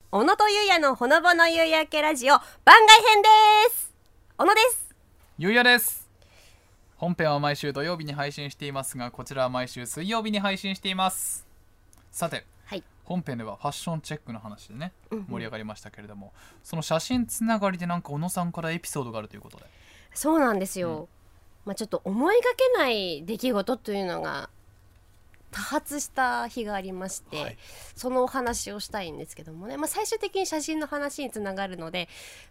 小野とゆうやのほのぼの夕焼けラジオ番外編です。小野です。 ゆうやです。本編は毎週土曜日に配信していますが、こちらは毎週水曜日に配信しています。さて、 はい、 本編ではファッションチェックの話でね、盛り上がりましたけれども、その写真つながりでなんか小野さんからエピソードがあるということで。 そうなんですよ、ちょっと思いがけない出来事というのが多発した日がありまして、 はい、 そのお話をしたいんですけどもね、最終的に写真の話につながるので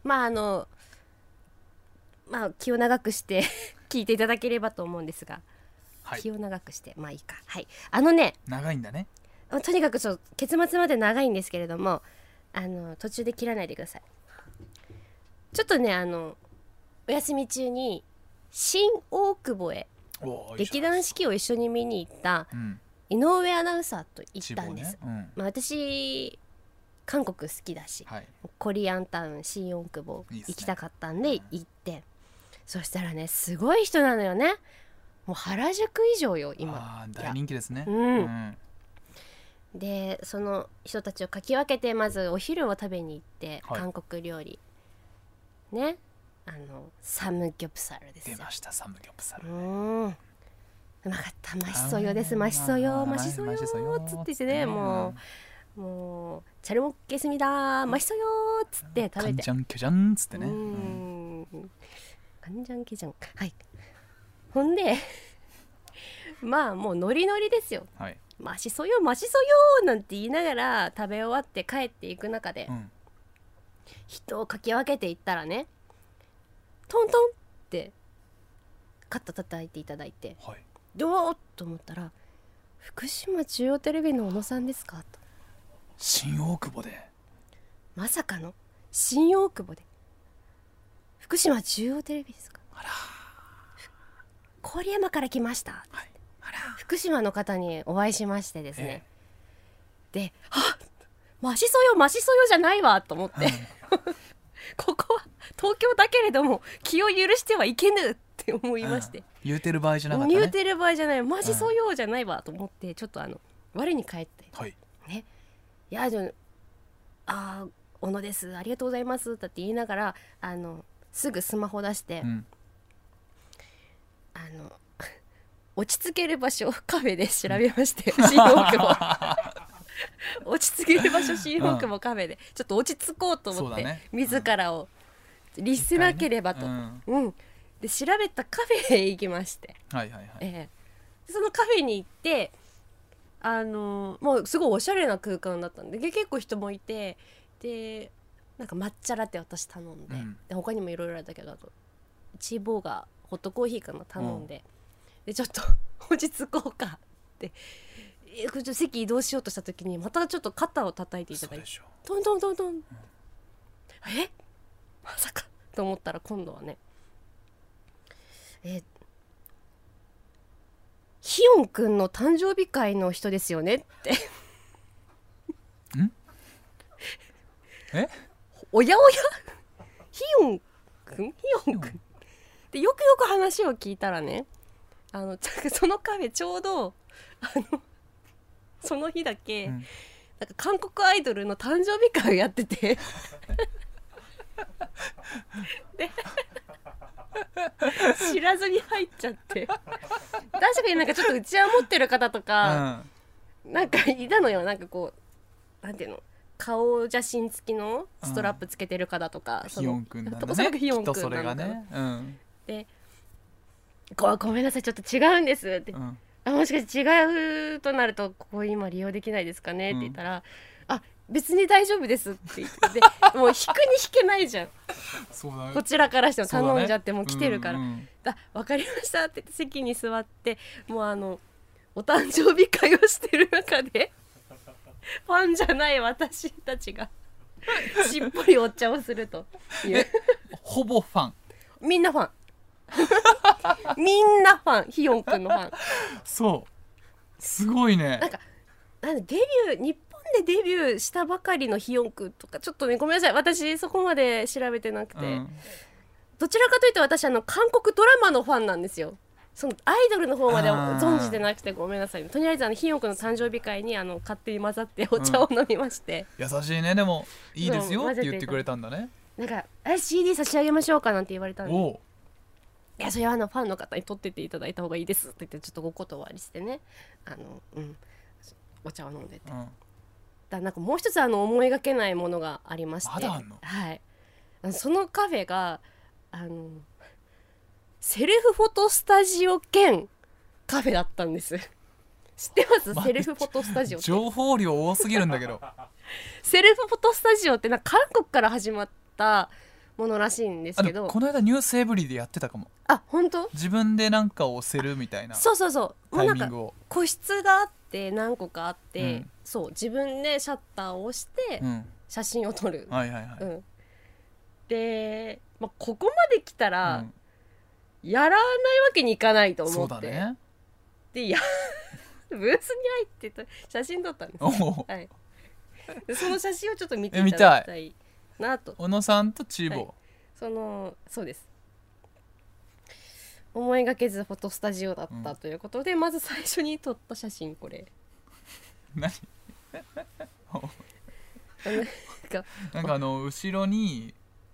気を長くして聞いていただければと思うんですが、 はい、 気を長くしていいか。 長いんだね。 とにかく結末まで長いんですけれども、途中で切らないでください。ちょっとねお休み中に新大久保へ劇団四季を一緒に見に行った井上アナウンサーと行ったんです、私韓国好きだし、はい、コリアンタウン新大久保行きたかったんで行って、そしたらねすごい人なのよね。もう原宿以上よ今。 大人気ですね。 でその人たちをかき分けてまずお昼を食べに行って、はい、韓国料理ね、サムギョプサルですよ。 出ましたサムギョプサル、 うまかった。マシソヨです。マシソヨマシソヨつっててね、もうチャルモッケスミだマシソヨつって食べて、カンジャンケジャンつってね、 カンジャンケジャン、はい。ほんでもうノリノリですよ、はい、マシソヨマシソヨなんて言いながら食べ終わって帰っていく中で、人をかき分けていったらね、トントンって肩叩いていただいて、はい、どうと思ったら福島中央テレビの小野さんですかと。 新大久保で、 まさかの新大久保で福島中央テレビですか。あら、郡山から来ました、はい、あら、福島の方にお会いしましてですね、でマシソヨマシソヨじゃないわと思って、ここは東京だけれども気を許してはいけぬって思いまして、 言うてる場合じゃなかったね。 言うてる場合じゃない、マジそうようじゃないわと思って、ちょっと我に返って、 はい、 ね、いや小野ですありがとうございますって言いながらすぐスマホ出して、落ち着ける場所カフェで調べまして、新大久保落ち着ける場所新大久保カフェでちょっと落ち着こうと思って、自らを律せなければと、で調べたカフェへ行きまして、そのカフェに行って、もうすごいおしゃれな空間だったんで、結構人もいて、でなんか抹茶ラテ私頼んで、で他にもいろいろあったけど、あとチーボーガーホットコーヒーかな頼んで、でちょっと落ち着こうかって席移動しようとした時に、またちょっと肩を叩いていただいて、トントントントン、まさかと思ったら、今度はね、ヒヨンくんの誕生日会の人ですよねっておやおやヒヨンくんで、よくよく話を聞いたらね、そのカフェちょうどその日だけ、なんか韓国アイドルの誕生日会をやっててで知らずに入っちゃって、確かになんかちょっとうちわ持ってる方とか、なんかいたのよ。なんかこうなんていうの、顔写真付きのストラップつけてる方とか、 ヒヨンくんなんだね、 おそらくヒヨンくんなのかな、でごめんなさいちょっと違うんですって、もしかして違うとなるとここ今利用できないですかねって言ったら、別に大丈夫ですって言って、もう引くに引けないじゃんそうだ、こちらからしても頼んじゃっても来てるから、分かりましたって言って席に座って、もうお誕生日会をしてる中でファンじゃない私たちがしっぽりお茶をするというほぼファン、 みんなファンみんなファン、ヒヨンくんのファン。 そうすごいね。 なんで日本でデビューしたばかりのヒヨンくんとか、ちょっとねごめんなさい、私そこまで調べてなくて、どちらかというと私韓国ドラマのファンなんですよ。 そのアイドルの方まで存じてなくてごめんなさい。とりあえずひよくんの誕生日会に勝手に混ざってお茶を飲みまして、 優しいね。でもいいですよって言ってくれたんだね。 なんかCD 差し上げましょうかなんて言われたんで、 おいやそれはファンの方に取ってっていただいた方がいいですって言ってちょっとお断りしてね、お茶を飲んでて、だなんかもう一つ思いがけないものがありまして、 まだあんの？ はい、そのカフェがセルフフォトスタジオ兼カフェだったんです。知ってます？セルフフォトスタジオって情報量多すぎるんだけどセルフフォトスタジオって韓国から始まったものらしいんですけど、 この間ニュースエブリーでやってたかも。 あ、本当？ 自分でなんかを押せるみたいな。 そうそうそう、 タイミングを個室があって何個かあって、そう自分でシャッターを押して写真を撮る、 はいはいはい、 で、ここまで来たら、やらないわけにいかないと思って、そうだね、でブースに入って写真撮ったんです、はい、でその写真をちょっと見ていただきたいなと。 小野さんとチーボー、 はい、そうです。思いがけずフォトスタジオだったということで、まず最初に撮った写真これ何なんか後ろに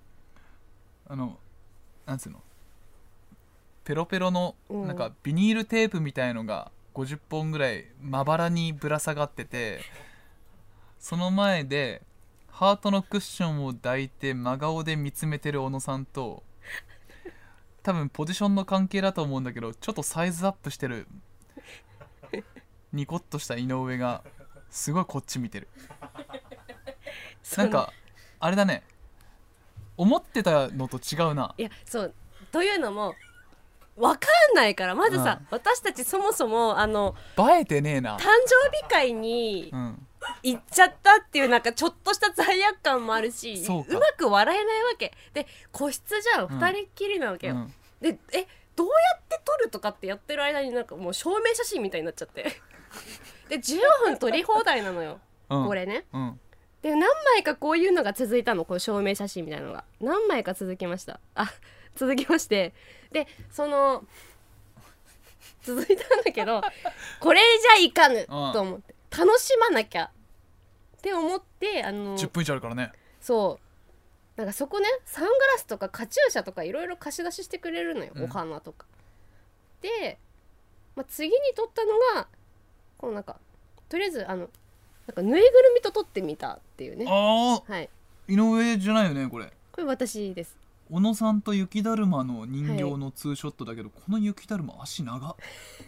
なんつうの、ペロペロのなんかビニールテープみたいのが50本ぐらいまばらにぶら下がってて、その前でハートのクッションを抱いて真顔で見つめてる小野さんと、多分ポジションの関係だと思うんだけどちょっとサイズアップしてるニコッとした井上がすごいこっち見てるなんかあれだね、思ってたのと違うな。 いやそうというのも分かんないから、まずさ、私たちそもそも映えてねえな、 誕生日会に行っちゃったっていうなんかちょっとした罪悪感もあるし、うまく笑えないわけで、個室じゃん、2人っきりなわけよ、でどうやって撮るとかってやってる間になんかもう証明写真みたいになっちゃってで15分撮り放題なのよ、これね、で何枚かこういうのが続いたの、こう証明写真みたいなのが何枚か続きました。続きまして、で続いたんだけどこれじゃいかぬと思って、楽しまなきゃって思って 10分以上あるからね。 そうなんかそこね、サングラスとかカチューシャとかいろいろ貸し出ししてくれるのよ、お花とかで、次に撮ったのがこのなんかとりあえずなんかぬいぐるみと撮ってみたっていうね。はい、 井上じゃないよねこれ私です。 小野さんと雪だるまの人形のツーショットだけど、この雪だるま足長っ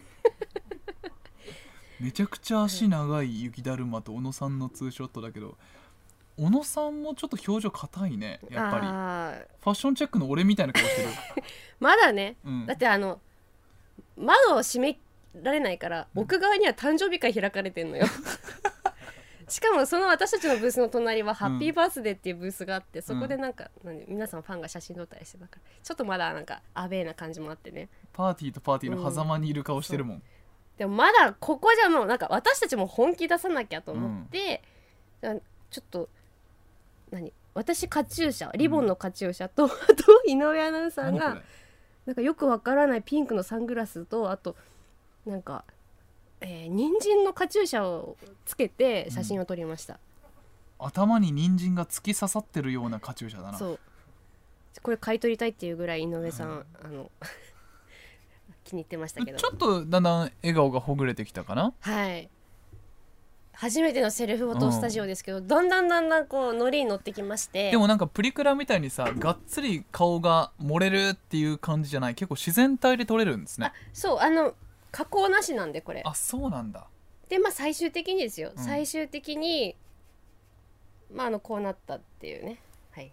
めちゃくちゃ足長い雪だるまと小野さんのツーショットだけど、小野さんもちょっと表情硬いね、やっぱりファッションチェックの俺みたいな顔してるまだね、だって窓を閉められないから、奥側には誕生日会開かれてんのよしかもその私たちのブースの隣はハッピーバースデーっていうブースがあって、そこでなんか皆さんファンが写真撮ったりしてたから、ちょっとまだなんかアウェーな感じもあってね、 パーティーとパーティーの狭間にいる顔してるもん、 でもまだここじゃもうなんか私たちも本気出さなきゃと思って、ちょっと私カチューシャ、リボンのカチューシャと、あと井上アナウンサーがなんかよくわからないピンクのサングラスと、あとなんか人参のカチューシャをつけて写真を撮りました、 頭に人参が突き刺さってるようなカチューシャだな。 そうこれ買い取りたいっていうぐらい井上さん、気に入ってましたけど、 ちょっとだんだん笑顔がほぐれてきたかな。 はい、初めてのセルフフォトスタジオですけど、だんだんこうノリに乗ってきまして、 でもなんかプリクラみたいにさ、がっつり顔が漏れるっていう感じじゃない、結構自然体で撮れるんですね。 そう加工なしなんでこれ。 そうなんだ。 で最終的にですよ、最終的にこうなったっていうね。はい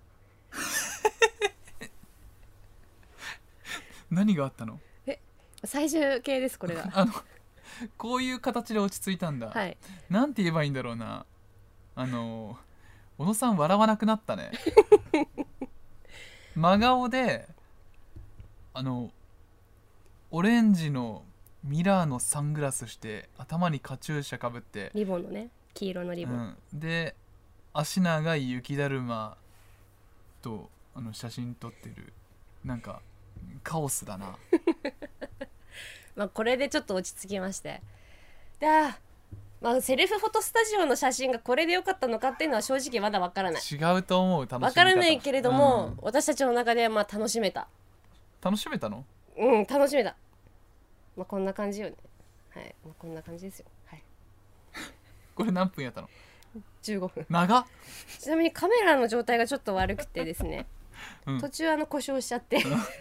何があったの？ 最終形ですこれがこういう形で落ち着いたんだ、 はい、 なんて言えばいいんだろうな、小野さん笑わなくなったね真顔でオレンジのミラーのサングラスして頭にカチューシャかぶってリボンのね、黄色のリボン、 で足長い雪だるまと写真撮ってる、なんかカオスだなまあこれでちょっと落ち着きまして、でまあ、セルフフォトスタジオの写真がこれで良かったのかっていうのは正直まだ分からない。 違うと思う。楽しみ方分からないけれども、 うん、 私たちの中ではまあ楽しめた。 楽しめたの？ うん楽しめた。まあこんな感じよね。はい、まあ、こんな感じですよ。はい。 これ何分やったの ？15分。 長っ。 ちなみにカメラの状態がちょっと悪くてですね、 うん、 途中故障しちゃって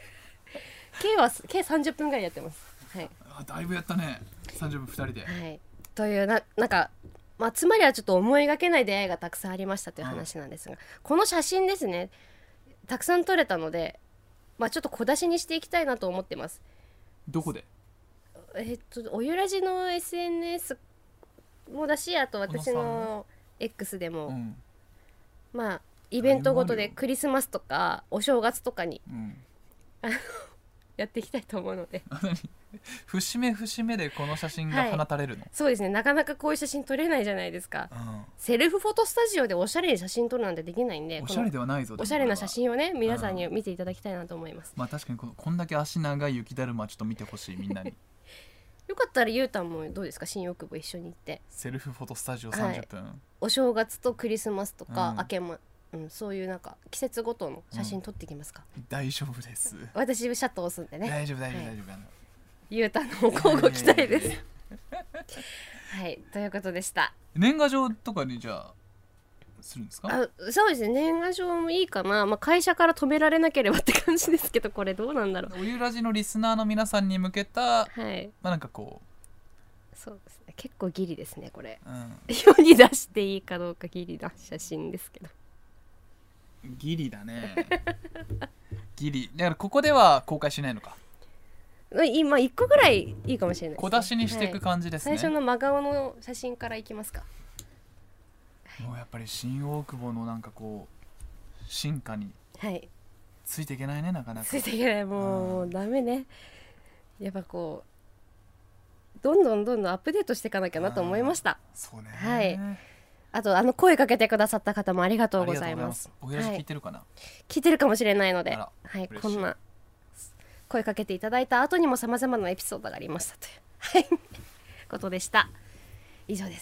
計30分ぐらいやってます。はい。 だいぶやったね。30分2人で。 はい。というなんか、まあ、つまりはちょっと思いがけない出会いがたくさんありましたという話なんですが、この写真ですね、たくさん撮れたので、まあ、ちょっと小出しにしていきたいなと思ってます。 どこで？ おゆらじの SNS もだし、あと私の X でも、まあイベントごとでクリスマスとかお正月とかに、やっていきたいと思うので節目節目でこの写真が放たれるの、 そうですね。なかなかこういう写真撮れないじゃないですか、セルフフォトスタジオでおしゃれに写真撮るなんてできないんで、 おしゃれではないぞ。 おしゃれな写真をね皆さんに見ていただきたいなと思います。 まあ確かにこんだけ足長い雪だるまちょっと見てほしいみんなによかったらゆうたんもどうですか、新大久保一緒に行って。 セルフフォトスタジオ30分、 お正月とクリスマスとか、そういうなんか季節ごとの写真撮っていきますか？ 大丈夫です。 私シャット押すんでね。 大丈夫大丈夫大丈夫。 ゆうたんの交互期待ですはい、ということでした。 年賀状とかにじゃあするんですか？ そうですね、年賀状もいいかな、まあ、会社から止められなければって感じですけど、これどうなんだろう。 おゆらじのリスナーの皆さんに向けた、 はい、 まあなんかこうそうですね、結構ギリですねこれ、 うん、 世に出していいかどうかギリな写真ですけど。 ギリだねギリだからここでは公開しないのか。 今1個ぐらいいいかもしれないです、ね、 小出しにしていく感じですね、 最初の真顔の写真からいきますか。 もうやっぱり新大久保のなんかこう進化についていけないね、なかなかついていけない。もうダメね。やっぱこうどんどんアップデートしていかなきゃなと思いました。 そうね。 はい。あと声かけてくださった方もありがとうございます。 おやじ聞いてるかな、 聞いてるかもしれないので、 はい、 こんな声かけていただいた後にも様々なエピソードがありましたということでした。以上です。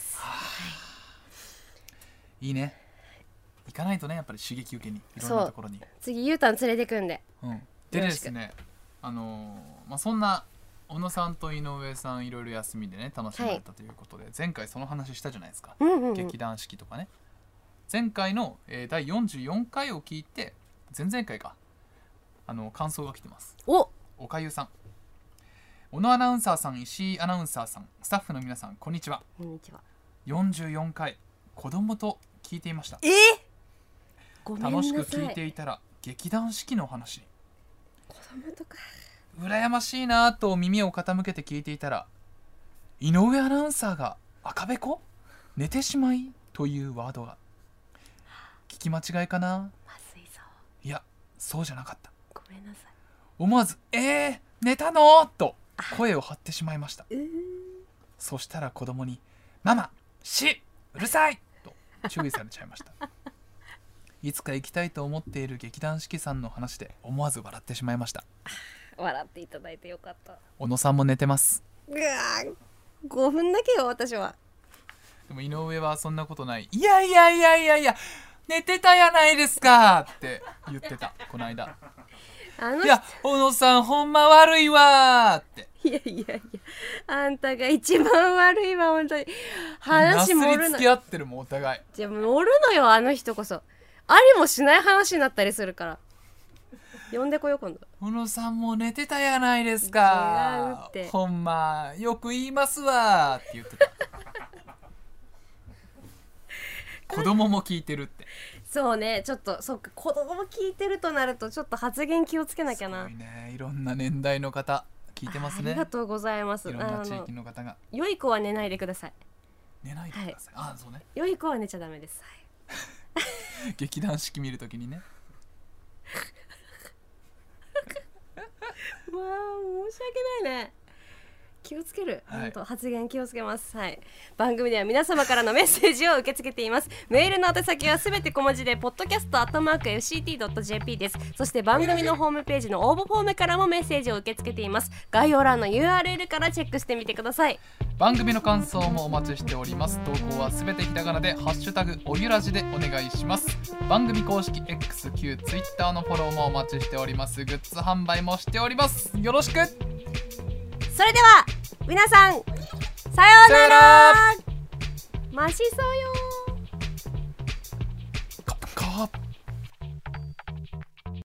いいね。行かないとね、やっぱり刺激受けにいろんなところに。 次ゆうたん連れてくんで。 でですね、まあそんな小野さんと井上さんいろいろ休みでね楽しまれたということで、前回その話したじゃないですか、劇団四季とかね。前回の、第44回を聞いて、前々回か感想が来てます。おかゆさん、小野アナウンサーさん、石井アナウンサーさん、スタッフの皆さん、こんにちは。 こんにちは。 44回子供と聞いていました。 ごめんなさい。 楽しく聞いていたら劇団四季の話、 子供とか羨ましいなと耳を傾けて聞いていたら、井上アナウンサーが赤べこ寝てしまいというワードが。聞き間違いかな。 まずいぞ。 いや、そうじゃなかった。 ごめんなさい。 思わず寝たのと声を張ってしまいました。そしたら子供にママうるさいと注意されちゃいましたいつか行きたいと思っている劇団四季さんの話で思わず笑ってしまいました。 笑っていただいてよかった。 小野さんも寝てます。 5分だけよ私は。 でも井上はそんなことない。いや寝てたやないですかって言ってたこの間。いや小野さんほんま悪いわって。 いやあんたが一番悪いわ本当に。話盛るの。 なすりつき合ってるもんお互い。 じゃあ盛るのよあの人こそ。ありもしない話になったりするから。呼んでこよう今度。 小野さんも寝てたやないですか。 違うって。 ほんまよく言いますわって言ってた子供も聞いてるって。 そうね、ちょっとそっか、子供も聞いてるとなるとちょっと発言気をつけなきゃな。 すごいね、いろんな年代の方聞いてますね。 ありがとうございます。 いろんな地域の方が。 良い子は寝ないでください。 寝ないでください、そうね。 良い子は寝ちゃダメです、 劇団四季見るときにねまあ申し訳ないね。 気をつける、 はい、 本当発言気をつけます、はい、番組では皆様からのメッセージを受け付けています。メールの宛先はすべて小文字で podcast@fct.jp です。そして番組のホームページの応募フォームからもメッセージを受け付けています。概要欄の URL からチェックしてみてください。 番組の感想もお待ちしております。投稿はすべてひらがなでハッシュタグおゆらじでお願いします。番組公式 X、旧 Twitter のフォローもお待ちしております。グッズ販売もしております。よろしく。 それでは皆さんさようなら。マシソヨ